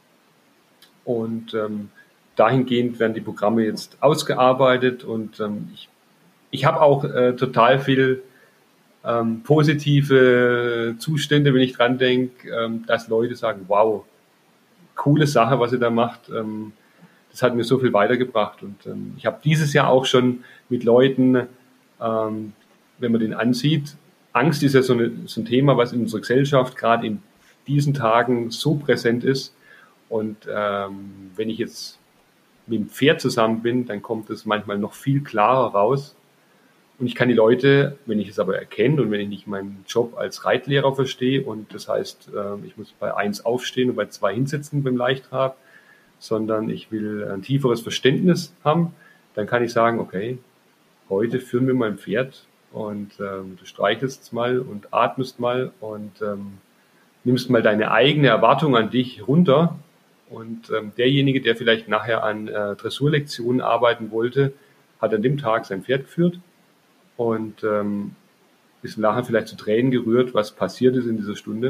Und ähm, dahingehend werden die Programme jetzt ausgearbeitet. Und ähm, ich, ich habe auch äh, total viel ähm, positive Zustände, wenn ich dran denke, ähm, dass Leute sagen, wow, coole Sache, was ihr da macht. Ähm, das hat mir so viel weitergebracht. Und ähm, ich habe dieses Jahr auch schon mit Leuten, ähm, wenn man den ansieht, Angst ist ja so, eine, so ein Thema, was in unserer Gesellschaft gerade in diesen Tagen so präsent ist. Und ähm, wenn ich jetzt mit dem Pferd zusammen bin, dann kommt es manchmal noch viel klarer raus. Und ich kann die Leute, wenn ich es aber erkenne und wenn ich nicht meinen Job als Reitlehrer verstehe, und das heißt, äh, ich muss bei eins aufstehen und bei zwei hinsetzen beim Leichtrad, sondern ich will ein tieferes Verständnis haben, dann kann ich sagen, okay, heute führen wir mal ein Pferd und ähm, du streichelst mal und atmest mal und ähm, nimmst mal deine eigene Erwartung an dich runter. Und ähm, derjenige, der vielleicht nachher an äh, Dressurlektionen arbeiten wollte, hat an dem Tag sein Pferd geführt und ähm, ist nachher vielleicht zu Tränen gerührt, was passiert ist in dieser Stunde.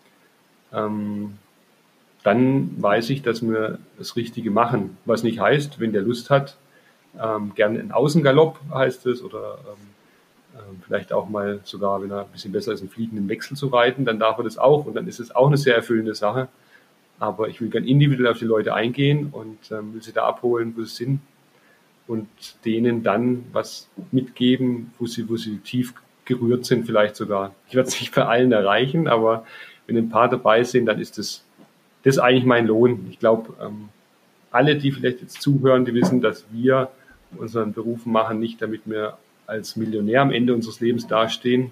Ähm, dann weiß ich, dass wir das Richtige machen. Was nicht heißt, wenn der Lust hat, ähm, gerne einen Außengalopp heißt es, oder ähm, ähm, vielleicht auch mal sogar, wenn er ein bisschen besser ist, einen fliegenden Wechsel zu reiten, dann darf er das auch und dann ist es auch eine sehr erfüllende Sache. Aber ich will gerne individuell auf die Leute eingehen und ähm, will sie da abholen, wo sie sind und denen dann was mitgeben, wo sie, wo sie tief gerührt sind vielleicht sogar. Ich werde es nicht bei allen erreichen, aber wenn ein paar dabei sind, dann ist das Das ist eigentlich mein Lohn. Ich glaube, ähm, alle, die vielleicht jetzt zuhören, die wissen, dass wir unseren Beruf machen, nicht damit wir als Millionär am Ende unseres Lebens dastehen,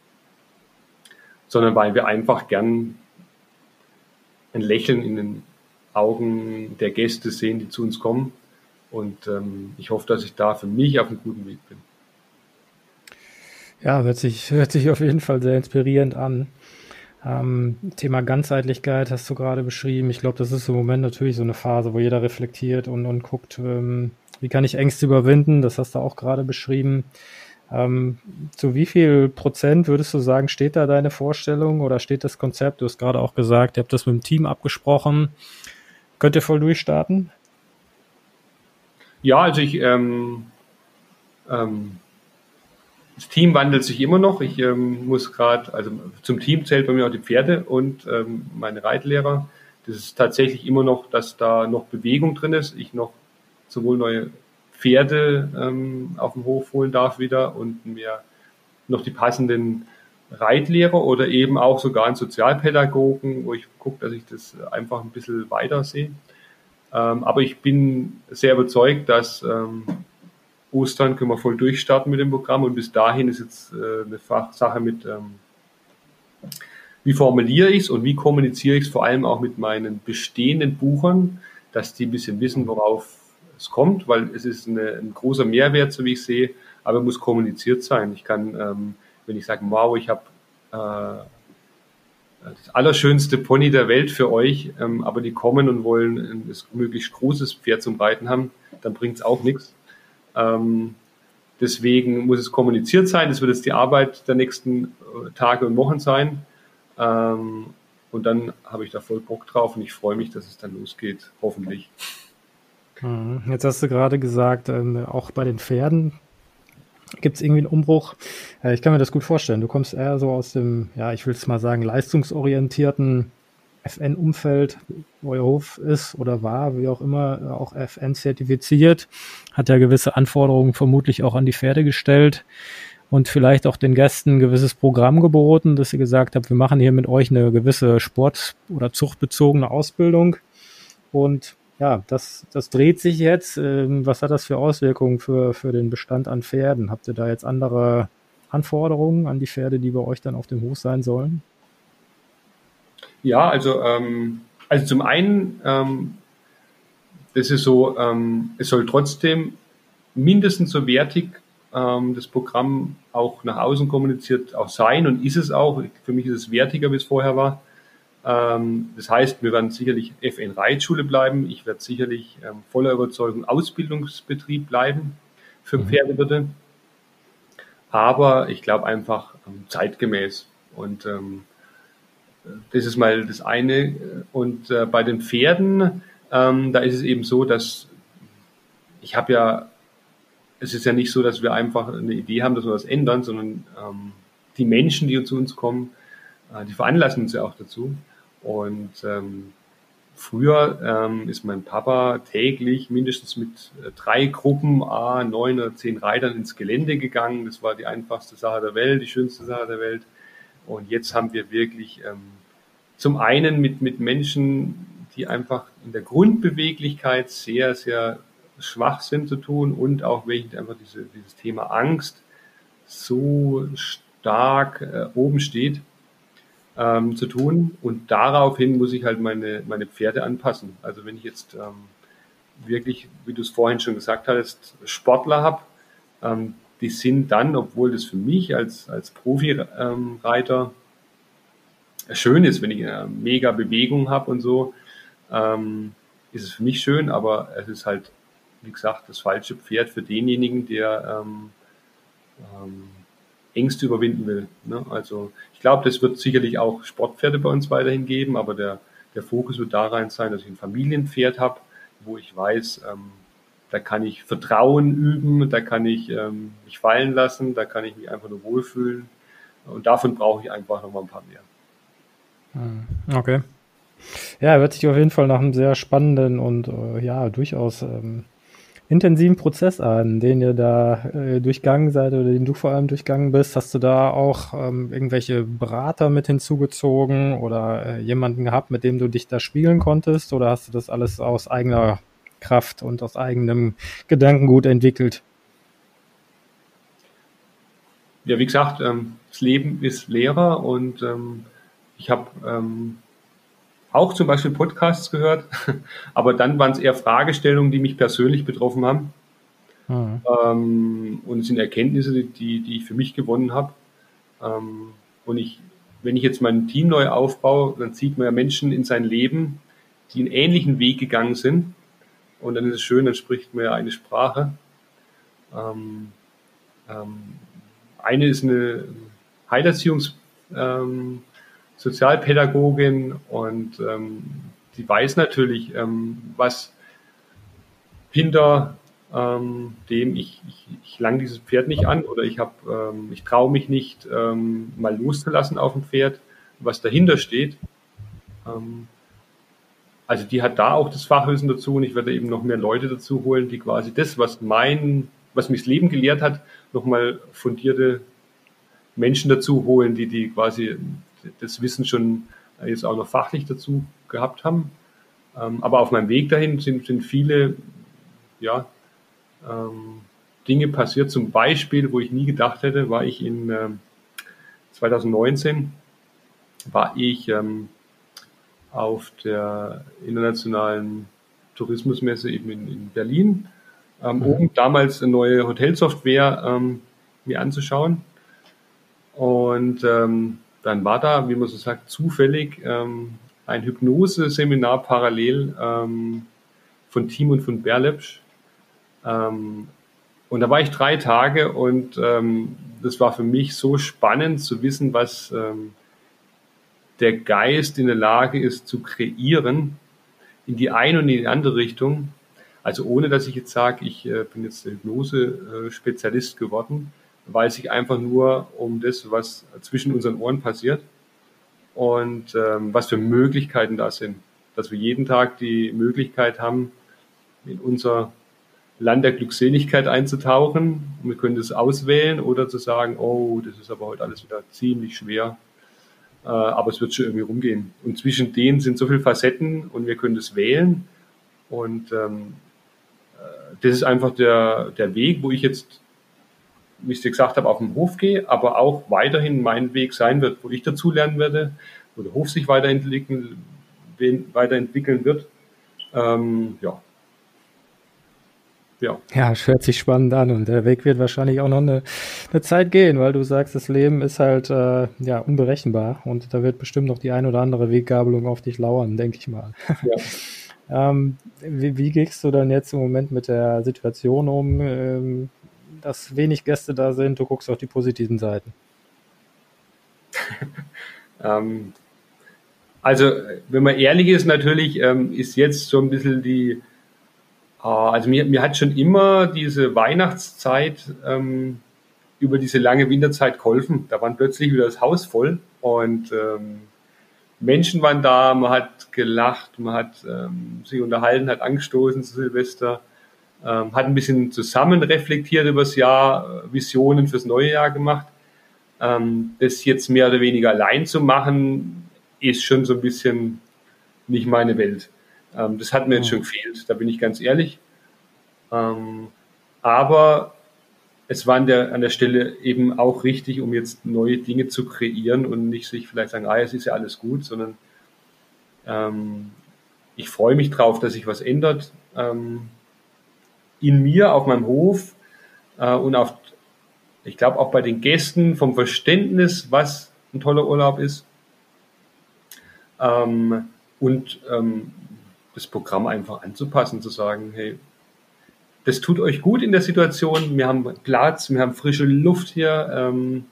sondern weil wir einfach gern ein Lächeln in den Augen der Gäste sehen, die zu uns kommen. Und ähm, ich hoffe, dass ich da für mich auf einem guten Weg bin. Ja, hört sich, hört sich auf jeden Fall sehr inspirierend an. Ähm, Thema Ganzheitlichkeit hast du gerade beschrieben. Ich glaube, das ist im Moment natürlich so eine Phase, wo jeder reflektiert und, und guckt, ähm, wie kann ich Ängste überwinden? Das hast du auch gerade beschrieben. Ähm, zu wie viel Prozent würdest du sagen, steht da deine Vorstellung oder steht das Konzept? Du hast gerade auch gesagt, ihr habt das mit dem Team abgesprochen. Könnt ihr voll durchstarten? Ja, also ich ähm, ähm, das Team wandelt sich immer noch. Ich ähm, muss gerade, also zum Team zählt bei mir auch die Pferde und ähm, meine Reitlehrer. Das ist tatsächlich immer noch, dass da noch Bewegung drin ist. Ich noch sowohl neue Pferde ähm, auf dem Hof holen darf wieder und mir noch die passenden Reitlehrer oder eben auch sogar einen Sozialpädagogen, wo ich gucke, dass ich das einfach ein bisschen weiter sehe. Ähm, aber ich bin sehr überzeugt, dass ähm, Ostern können wir voll durchstarten mit dem Programm und bis dahin ist jetzt äh, eine Sache mit, ähm, wie formuliere ich es und wie kommuniziere ich es vor allem auch mit meinen bestehenden Buchern, dass die ein bisschen wissen, worauf es kommt, weil es ist eine, ein großer Mehrwert, so wie ich sehe, aber muss kommuniziert sein. Ich kann, ähm, wenn ich sage, wow, ich habe äh, das allerschönste Pony der Welt für euch, ähm, aber die kommen und wollen ein möglichst großes Pferd zum Reiten haben, dann bringt es auch nichts. Ähm, deswegen muss es kommuniziert sein. Das wird jetzt die Arbeit der nächsten äh, Tage und Wochen sein. Ähm, und dann habe ich da voll Bock drauf und ich freue mich, dass es dann losgeht, hoffentlich. Jetzt hast du gerade gesagt, ähm, auch bei den Pferden gibt es irgendwie einen Umbruch. Äh, ich kann mir das gut vorstellen. Du kommst eher so aus dem, ja, ich will es mal sagen, leistungsorientierten F N-Umfeld. Euer Hof ist oder war, wie auch immer, auch F N-zertifiziert, hat ja gewisse Anforderungen vermutlich auch an die Pferde gestellt und vielleicht auch den Gästen ein gewisses Programm geboten, dass ihr gesagt habt, wir machen hier mit euch eine gewisse Sport- oder zuchtbezogene Ausbildung. Und ja, das, das dreht sich jetzt. Ähm, was hat das für Auswirkungen für, für den Bestand an Pferden? Habt ihr da jetzt andere Anforderungen an die Pferde, die bei euch dann auf dem Hof sein sollen? Ja, also, ähm, also zum einen, ähm, das ist so, ähm, es soll trotzdem mindestens so wertig ähm, das Programm auch nach außen kommuniziert auch sein und ist es auch. Für mich ist es wertiger, wie es vorher war. Ähm, das heißt, wir werden sicherlich F N-Reitschule bleiben. Ich werde sicherlich ähm, voller Überzeugung Ausbildungsbetrieb bleiben für Mhm. Pferdewirte. Aber ich glaube einfach ähm, zeitgemäß. Und ähm, das ist mal das eine. Und äh, bei den Pferden, ähm, da ist es eben so, dass ich habe ja, es ist ja nicht so, dass wir einfach eine Idee haben, dass wir was ändern, sondern ähm, die Menschen, die zu uns kommen, äh, die veranlassen uns ja auch dazu. Und ähm, früher ähm, ist mein Papa täglich mindestens mit äh, drei Gruppen, a neun oder zehn Reitern ins Gelände gegangen. Das war die einfachste Sache der Welt, die schönste Sache der Welt. Und jetzt haben wir wirklich ähm, zum einen mit, mit Menschen, die einfach in der Grundbeweglichkeit sehr, sehr schwach sind zu tun und auch welche einfach diese, dieses Thema Angst so stark äh, oben steht, ähm, zu tun. Und daraufhin muss ich halt meine, meine Pferde anpassen. Also wenn ich jetzt ähm, wirklich, wie du es vorhin schon gesagt hattest, Sportler habe, ähm, die sind dann, obwohl das für mich als, als Profi-Reiter schön ist, wenn ich eine mega Bewegung habe und so, ähm, ist es für mich schön, aber es ist halt, wie gesagt, das falsche Pferd für denjenigen, der ähm, ähm, Ängste überwinden will. Ne? Also ich glaube, das wird sicherlich auch Sportpferde bei uns weiterhin geben, aber der, der Fokus wird da rein sein, dass ich ein Familienpferd habe, wo ich weiß, ähm, da kann ich Vertrauen üben, da kann ich ähm, mich fallen lassen, da kann ich mich einfach nur wohlfühlen. Und davon brauche ich einfach noch mal ein paar mehr. Okay. Ja, hört sich auf jeden Fall nach einem sehr spannenden und äh, ja, durchaus ähm, intensiven Prozess an, den ihr da äh, durchgangen seid oder den du vor allem durchgangen bist. Hast du da auch ähm, irgendwelche Berater mit hinzugezogen oder äh, jemanden gehabt, mit dem du dich da spiegeln konntest? Oder hast du das alles aus eigener Kraft und aus eigenem Gedankengut entwickelt? Ja, wie gesagt, ähm, das Leben ist Lehrer und ähm, ich habe ähm, auch zum Beispiel Podcasts gehört, aber dann waren es eher Fragestellungen, die mich persönlich betroffen haben. Mhm. Ähm, und es sind Erkenntnisse, die, die ich für mich gewonnen habe. Ähm, und ich, wenn ich jetzt mein Team neu aufbaue, dann sieht man ja Menschen in sein Leben, die einen ähnlichen Weg gegangen sind. Und dann ist es schön, dann spricht man ja eine Sprache. Ähm, ähm, eine ist eine Heilerziehungs- ähm, Sozialpädagogin und ähm, die weiß natürlich, ähm, was hinter ähm, dem ich, ich, ich lang dieses Pferd nicht an oder ich habe, ähm, ich traue mich nicht ähm, mal loszulassen auf dem Pferd, was dahinter steht. Ähm, also die hat da auch das Fachwissen dazu und ich werde eben noch mehr Leute dazu holen, die quasi das, was mein, was mich das Leben gelehrt hat, nochmal fundierte Menschen dazu holen, die die quasi das Wissen schon jetzt auch noch fachlich dazu gehabt haben. Ähm, aber auf meinem Weg dahin sind, sind viele ja, ähm, Dinge passiert. Zum Beispiel, wo ich nie gedacht hätte, war ich in ähm, zwanzig neunzehn war ich ähm, auf der internationalen Tourismusmesse eben in, in Berlin, ähm, mhm. um damals eine neue Hotelsoftware ähm, mir anzuschauen. Und ähm, dann war da, wie man so sagt, zufällig ähm, ein Hypnose-Seminar parallel ähm, von Team und von Berlepsch. Ähm, und da war ich drei Tage und ähm, das war für mich so spannend zu wissen, was ähm, der Geist in der Lage ist zu kreieren, in die eine und in die andere Richtung. Also ohne, dass ich jetzt sage, ich äh, bin jetzt der Hypnose-Spezialist geworden, weiß ich einfach nur um das, was zwischen unseren Ohren passiert und ähm, was für Möglichkeiten da sind. Dass wir jeden Tag die Möglichkeit haben, in unser Land der Glückseligkeit einzutauchen. Und wir können das auswählen oder zu sagen, oh, das ist aber heute alles wieder ziemlich schwer. Äh, aber es wird schon irgendwie rumgehen. Und zwischen denen sind so viele Facetten und wir können das wählen. Und ähm, das ist einfach der, der Weg, wo ich jetzt, wie ich es dir gesagt habe, auf den Hof gehe, aber auch weiterhin mein Weg sein wird, wo ich dazulernen werde, wo der Hof sich weiterentwickeln, weiterentwickeln wird. Ähm, ja. Ja. Ja, es hört sich spannend an und der Weg wird wahrscheinlich auch noch eine, eine Zeit gehen, weil du sagst, das Leben ist halt äh, ja unberechenbar und da wird bestimmt noch die ein oder andere Weggabelung auf dich lauern, denke ich mal. Ja. ähm, wie, wie gehst du dann jetzt im Moment mit der Situation um, ähm, dass wenig Gäste da sind? Du guckst auf die positiven Seiten. ähm, also, wenn man ehrlich ist, natürlich ähm, ist jetzt so ein bisschen die Also mir, mir hat schon immer diese Weihnachtszeit ähm, über diese lange Winterzeit geholfen. Da waren plötzlich wieder das Haus voll und ähm, Menschen waren da, man hat gelacht, man hat ähm, sich unterhalten, hat angestoßen zu Silvester, ähm, hat ein bisschen zusammen reflektiert über das Jahr, Visionen fürs neue Jahr gemacht. Ähm, das jetzt mehr oder weniger allein zu machen, ist schon so ein bisschen nicht meine Welt. Ähm, das hat mir jetzt schon gefehlt, da bin ich ganz ehrlich. Ähm, aber es war an der, an der Stelle eben auch richtig, um jetzt neue Dinge zu kreieren und nicht sich vielleicht sagen, ah, es ist ja alles gut, sondern ähm, ich freue mich drauf, dass sich was ändert ähm, in mir, auf meinem Hof äh, und auf, ich glaube auch bei den Gästen vom Verständnis, was ein toller Urlaub ist ähm, und ähm, das Programm einfach anzupassen, zu sagen, hey, das tut euch gut in der Situation, wir haben Platz, wir haben frische Luft hier ähm,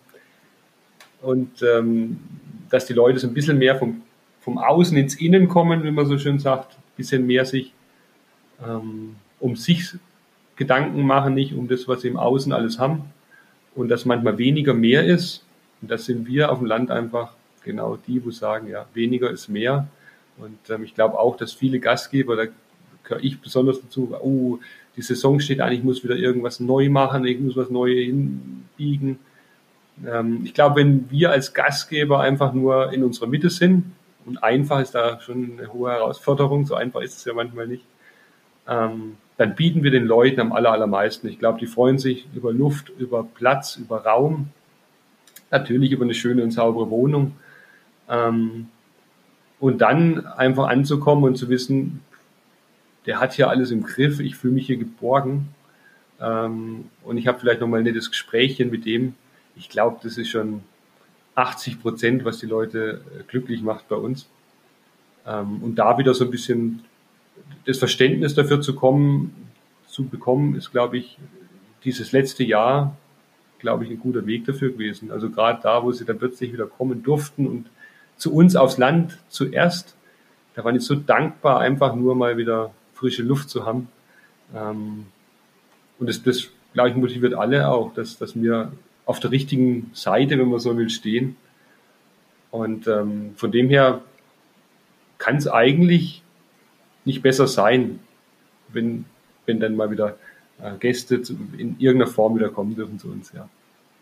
und ähm, dass die Leute so ein bisschen mehr vom, vom Außen ins Innen kommen, wie man so schön sagt, ein bisschen mehr sich ähm, um sich Gedanken machen, nicht um das, was sie im Außen alles haben und dass manchmal weniger mehr ist und das sind wir auf dem Land einfach genau die, wo sagen, ja, weniger ist mehr. Und ähm, ich glaube auch, dass viele Gastgeber, da gehöre ich besonders dazu, oh, die Saison steht an, ich muss wieder irgendwas neu machen, ich muss was Neues hinbiegen. Ähm, ich glaube, wenn wir als Gastgeber einfach nur in unserer Mitte sind, und einfach ist da schon eine hohe Herausforderung, so einfach ist es ja manchmal nicht, ähm, dann bieten wir den Leuten am aller, allermeisten. Ich glaube, die freuen sich über Luft, über Platz, über Raum, natürlich über eine schöne und saubere Wohnung. Ähm, Und dann einfach anzukommen und zu wissen, der hat hier alles im Griff, ich fühle mich hier geborgen ähm, und ich habe vielleicht nochmal ein nettes Gesprächchen mit dem. Ich glaube, das ist schon achtzig Prozent, was die Leute glücklich macht bei uns. Ähm, und da wieder so ein bisschen das Verständnis dafür zu kommen, zu bekommen, ist, glaube ich, dieses letzte Jahr, glaube ich, ein guter Weg dafür gewesen. Also gerade da, wo sie dann plötzlich wieder kommen durften und zu uns aufs Land zuerst. Da war ich so dankbar, einfach nur mal wieder frische Luft zu haben. Ähm, und das, das, glaube ich, motiviert alle auch, dass, dass wir auf der richtigen Seite, wenn man so will, stehen. Und ähm, von dem her kann es eigentlich nicht besser sein, wenn, wenn dann mal wieder äh, Gäste zu, in irgendeiner Form wieder kommen dürfen zu uns, ja.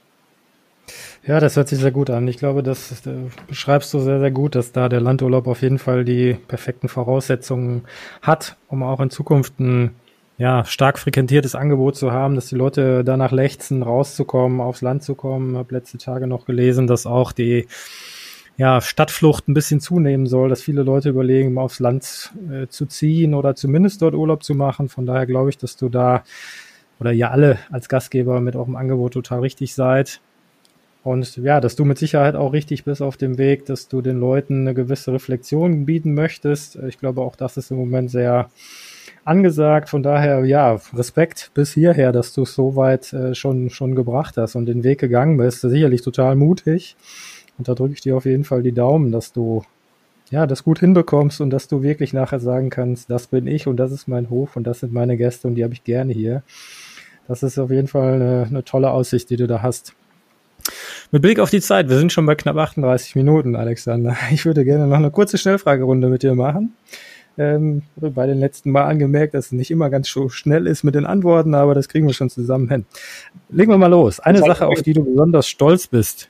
Ja, das hört sich sehr gut an. Ich glaube, das, das beschreibst du sehr, sehr gut, dass da der Landurlaub auf jeden Fall die perfekten Voraussetzungen hat, um auch in Zukunft ein ja, stark frequentiertes Angebot zu haben, dass die Leute danach lechzen, rauszukommen, aufs Land zu kommen. Ich habe letzte Tage noch gelesen, dass auch die ja, Stadtflucht ein bisschen zunehmen soll, dass viele Leute überlegen, mal aufs Land äh, zu ziehen oder zumindest dort Urlaub zu machen. Von daher glaube ich, dass du da oder ihr alle als Gastgeber mit eurem Angebot total richtig seid. Und ja, dass du mit Sicherheit auch richtig bist auf dem Weg, dass du den Leuten eine gewisse Reflexion bieten möchtest. Ich glaube, auch das ist im Moment sehr angesagt. Von daher, ja, Respekt bis hierher, dass du es so weit äh, schon, schon gebracht hast und den Weg gegangen bist. Sicherlich total mutig. Und da drücke ich dir auf jeden Fall die Daumen, dass du ja das gut hinbekommst und dass du wirklich nachher sagen kannst, das bin ich und das ist mein Hof und das sind meine Gäste und die habe ich gerne hier. Das ist auf jeden Fall eine, eine tolle Aussicht, die du da hast. Mit Blick auf die Zeit, wir sind schon bei knapp achtunddreißig Minuten, Alexander. Ich würde gerne noch eine kurze Schnellfragerunde mit dir machen. Ähm, habe bei den letzten Mal angemerkt, dass es nicht immer ganz so schnell ist mit den Antworten, aber das kriegen wir schon zusammen hin. Legen wir mal los. Eine Sache, auf die du besonders stolz bist.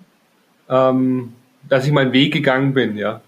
Ähm, dass ich meinen Weg gegangen bin, ja.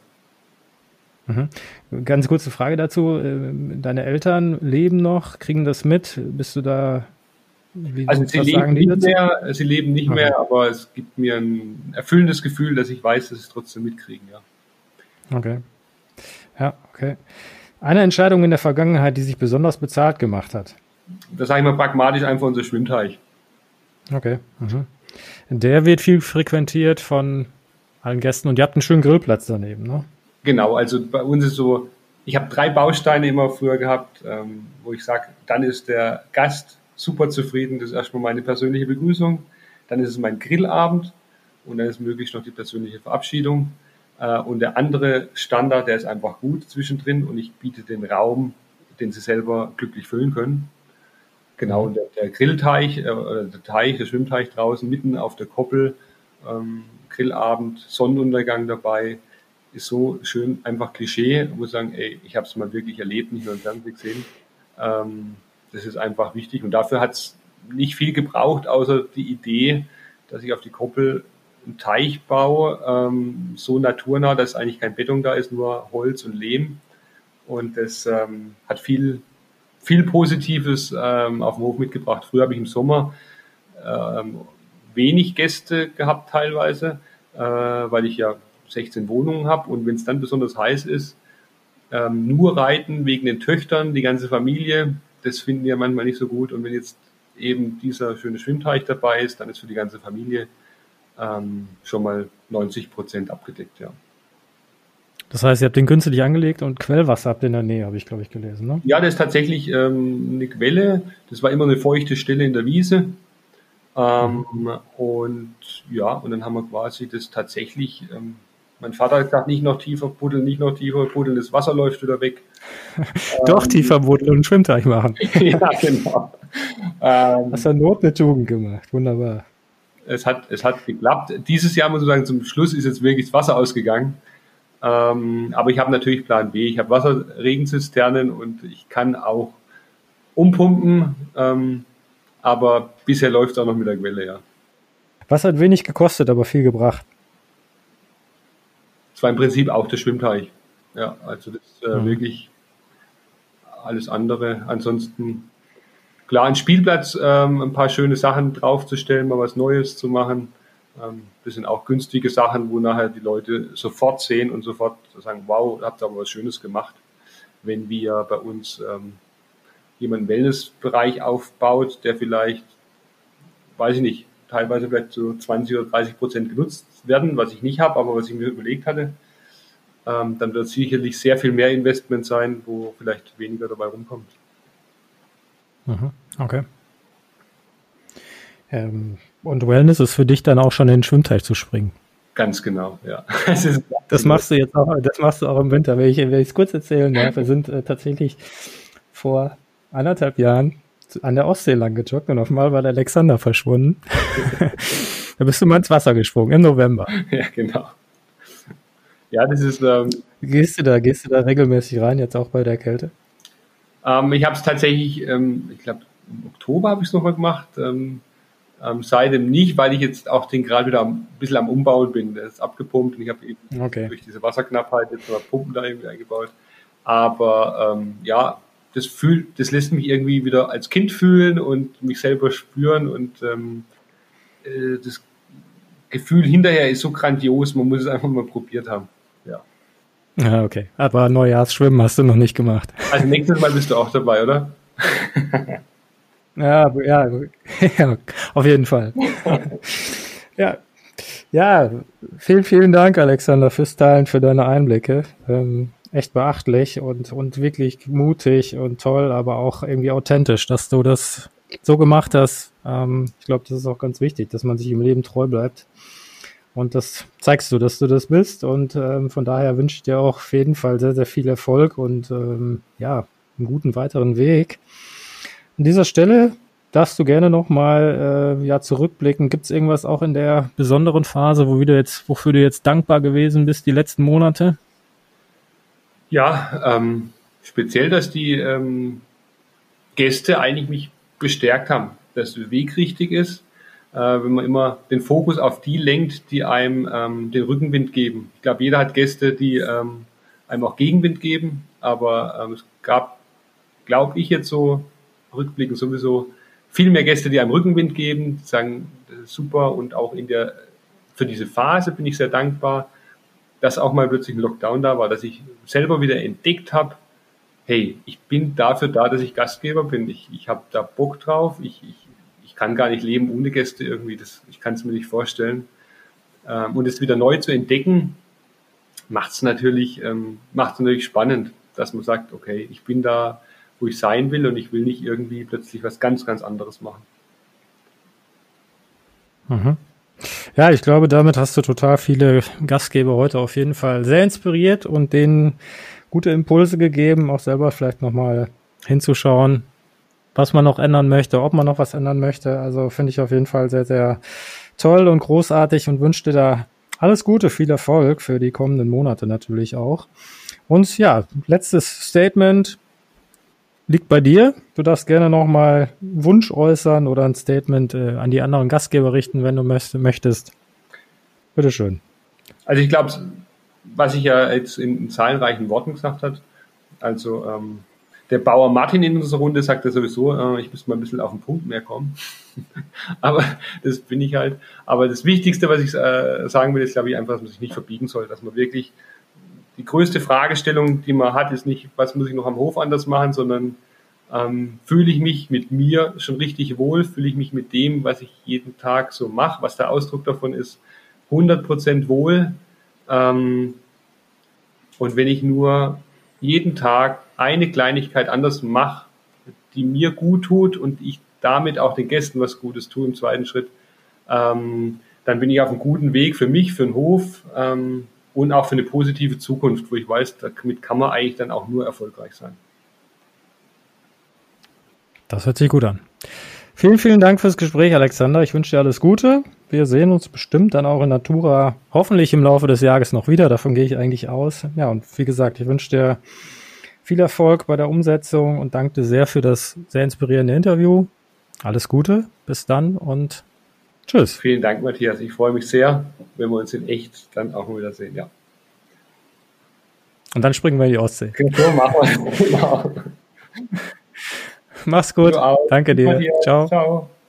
Mhm. Ganz kurze Frage dazu. Deine Eltern leben noch, kriegen das mit? Bist du da... Wie, also sie leben, nicht mehr, sie leben nicht okay. mehr, aber es gibt mir ein erfüllendes Gefühl, dass ich weiß, dass sie es trotzdem mitkriegen, ja. Okay. Ja, okay. Eine Entscheidung in der Vergangenheit, die sich besonders bezahlt gemacht hat? Das sage ich mal pragmatisch, einfach unser Schwimmteich. Okay. Mhm. Der wird viel frequentiert von allen Gästen und ihr habt einen schönen Grillplatz daneben, ne? Genau, also bei uns ist so, ich habe drei Bausteine immer früher gehabt, ähm, wo ich sage, dann ist der Gast super zufrieden. Das ist erstmal meine persönliche Begrüßung. Dann ist es mein Grillabend und dann ist möglichst noch die persönliche Verabschiedung. Und der andere Standard, der ist einfach gut zwischendrin und ich biete den Raum, den sie selber glücklich füllen können. Genau, und der, der Grillteich, äh, oder der Teich, der Schwimmteich draußen, mitten auf der Koppel, ähm, Grillabend, Sonnenuntergang dabei, ist so schön, einfach Klischee. Ich muss sagen, ey, ich habe es mal wirklich erlebt, nicht nur im Fernsehen gesehen. Ähm, Das ist einfach wichtig und dafür hat es nicht viel gebraucht, außer die Idee, dass ich auf die Koppel einen Teich baue, ähm, so naturnah, dass eigentlich kein Beton da ist, nur Holz und Lehm. Und das ähm, hat viel, viel Positives ähm, auf dem Hof mitgebracht. Früher habe ich im Sommer ähm, wenig Gäste gehabt teilweise, äh, weil ich ja sechzehn Wohnungen habe und wenn es dann besonders heiß ist, ähm, nur reiten wegen den Töchtern, die ganze Familie. Das finden wir manchmal nicht so gut. Und wenn jetzt eben dieser schöne Schwimmteich dabei ist, dann ist für die ganze Familie ähm, schon mal neunzig Prozent abgedeckt, ja. Das heißt, ihr habt den künstlich angelegt und Quellwasser habt ihr in der Nähe, habe ich, glaube ich, gelesen, ne? Ja, das ist tatsächlich ähm, eine Quelle. Das war immer eine feuchte Stelle in der Wiese. Ähm, mhm. Und ja, und dann haben wir quasi das tatsächlich... Ähm, Mein Vater hat gesagt, nicht noch tiefer buddeln, nicht noch tiefer buddeln, das Wasser läuft wieder weg. Doch ähm, tiefer buddeln und einen Schwimmteich machen. Ja, genau. Ähm, Hast du Not mit Tugend gemacht, wunderbar. Es hat, es hat geklappt. Dieses Jahr, muss ich sagen, zum Schluss ist jetzt wirklich das Wasser ausgegangen. Ähm, aber ich habe natürlich Plan B. Ich habe Wasserregenzisternen und ich kann auch umpumpen. Ähm, aber bisher läuft es auch noch mit der Quelle, ja. Was hat wenig gekostet, aber viel gebracht? Es war im Prinzip auch der Schwimmteich. Ja, also das ist äh, mhm. wirklich alles andere. Ansonsten, klar, ein Spielplatz, ähm, ein paar schöne Sachen draufzustellen, mal was Neues zu machen. Ähm, das sind auch günstige Sachen, wo nachher die Leute sofort sehen und sofort sagen, wow, habt ihr aber was Schönes gemacht. Wenn wir bei uns ähm, jemanden Wellnessbereich aufbaut, der vielleicht, weiß ich nicht, teilweise vielleicht so zwanzig oder dreißig Prozent genutzt werden, was ich nicht habe, aber was ich mir überlegt hatte, ähm, dann wird sicherlich sehr viel mehr Investment sein, wo vielleicht weniger dabei rumkommt. Mhm, okay. Ähm, und Wellness ist für dich dann auch schon in den Schwimmteich zu springen? Ganz genau, ja. Das machst du jetzt auch, das machst du auch im Winter. Wenn ich es kurz erzählen darf, wir sind äh, tatsächlich vor anderthalb Jahren an der Ostsee lang gejoggt und auf einmal war der Alexander verschwunden. Da bist du mal ins Wasser gesprungen im November. Ja, genau. Ja, das ist. Ähm, gehst du da, gehst du da regelmäßig rein, jetzt auch bei der Kälte? Ähm, ich habe es tatsächlich, ähm, ich glaube, im Oktober habe ich es nochmal gemacht. Ähm, ähm, seitdem nicht, weil ich jetzt auch den gerade wieder ein bisschen am Umbauen bin. Der ist abgepumpt und ich habe eben okay. durch diese Wasserknappheit jetzt mal Pumpen da irgendwie eingebaut. Aber ähm, ja, das fühlt, das lässt mich irgendwie wieder als Kind fühlen und mich selber spüren und ähm, äh, das Gefühl hinterher ist so grandios, man muss es einfach mal probiert haben. Ja. Ja, okay. Aber Neujahrsschwimmen hast du noch nicht gemacht. Also nächstes Mal bist du auch dabei, oder? Ja, ja, ja, auf jeden Fall. Ja, ja, vielen, vielen Dank, Alexander, fürs Teilen, für deine Einblicke. Ähm, echt beachtlich und, und wirklich mutig und toll, aber auch irgendwie authentisch, dass du das so gemacht hast. Ähm, ich glaube, das ist auch ganz wichtig, dass man sich im Leben treu bleibt. Und das zeigst du, dass du das bist. Und ähm, von daher wünsche ich dir auch auf jeden Fall sehr, sehr viel Erfolg und ähm, ja, einen guten weiteren Weg. An dieser Stelle darfst du gerne nochmal äh, ja, zurückblicken. Gibt es irgendwas auch in der besonderen Phase, wo du jetzt, wofür du jetzt dankbar gewesen bist, die letzten Monate? Ja, ähm, speziell, dass die ähm, Gäste eigentlich mich bestärkt haben, dass der Weg richtig ist, äh, wenn man immer den Fokus auf die lenkt, die einem ähm, den Rückenwind geben. Ich glaube, jeder hat Gäste, die ähm, einem auch Gegenwind geben, aber ähm, es gab, glaube ich, jetzt so rückblickend sowieso viel mehr Gäste, die einem Rückenwind geben, die sagen, das ist super, und auch in der, für diese Phase bin ich sehr dankbar, dass auch mal plötzlich ein Lockdown da war, dass ich selber wieder entdeckt habe, hey, ich bin dafür da, dass ich Gastgeber bin. Ich, ich habe da Bock drauf. Ich, ich, ich kann gar nicht leben ohne Gäste irgendwie. Das, ich kann es mir nicht vorstellen. Ähm, und es wieder neu zu entdecken, macht es natürlich, ähm, macht's natürlich spannend, dass man sagt, okay, ich bin da, wo ich sein will, und ich will nicht irgendwie plötzlich was ganz, ganz anderes machen. Mhm. Ja, ich glaube, damit hast du total viele Gastgeber heute auf jeden Fall sehr inspiriert und denen gute Impulse gegeben, auch selber vielleicht nochmal hinzuschauen, was man noch ändern möchte, ob man noch was ändern möchte. Also finde ich auf jeden Fall sehr, sehr toll und großartig und wünsche dir da alles Gute, viel Erfolg für die kommenden Monate natürlich auch. Und ja, letztes Statement liegt bei dir. Du darfst gerne nochmal einen Wunsch äußern oder ein Statement äh, an die anderen Gastgeber richten, wenn du möchtest. Bitteschön. Also ich glaube, was ich ja jetzt in, in zahlreichen Worten gesagt habe, also ähm, der Bauer Martin in unserer Runde sagt ja sowieso, äh, ich müsste mal ein bisschen auf den Punkt mehr kommen. Aber das bin ich halt. Aber das Wichtigste, was ich äh, sagen will, ist, glaube ich, einfach, dass man sich nicht verbiegen soll, dass man wirklich, die größte Fragestellung, die man hat, ist nicht, was muss ich noch am Hof anders machen, sondern ähm, fühle ich mich mit mir schon richtig wohl, fühle ich mich mit dem, was ich jeden Tag so mache, was der Ausdruck davon ist, hundert Prozent wohl. Ähm, und wenn ich nur jeden Tag eine Kleinigkeit anders mache, die mir gut tut und ich damit auch den Gästen was Gutes tue im zweiten Schritt, ähm, dann bin ich auf einem guten Weg für mich, für den Hof, ähm, und auch für eine positive Zukunft, wo ich weiß, damit kann man eigentlich dann auch nur erfolgreich sein. Das hört sich gut an. Vielen, vielen Dank fürs Gespräch, Alexander. Ich wünsche dir alles Gute. Wir sehen uns bestimmt dann auch in Natura, hoffentlich im Laufe des Jahres noch wieder. Davon gehe ich eigentlich aus. Ja, und wie gesagt, ich wünsche dir viel Erfolg bei der Umsetzung und danke dir sehr für das sehr inspirierende Interview. Alles Gute, bis dann und tschüss. Vielen Dank, Matthias. Ich freue mich sehr, wenn wir uns in echt dann auch mal wieder sehen. Ja. Und dann springen wir in die Ostsee. So machen wir. Genau. Mach's gut. Danke dir. Ciao. Ciao.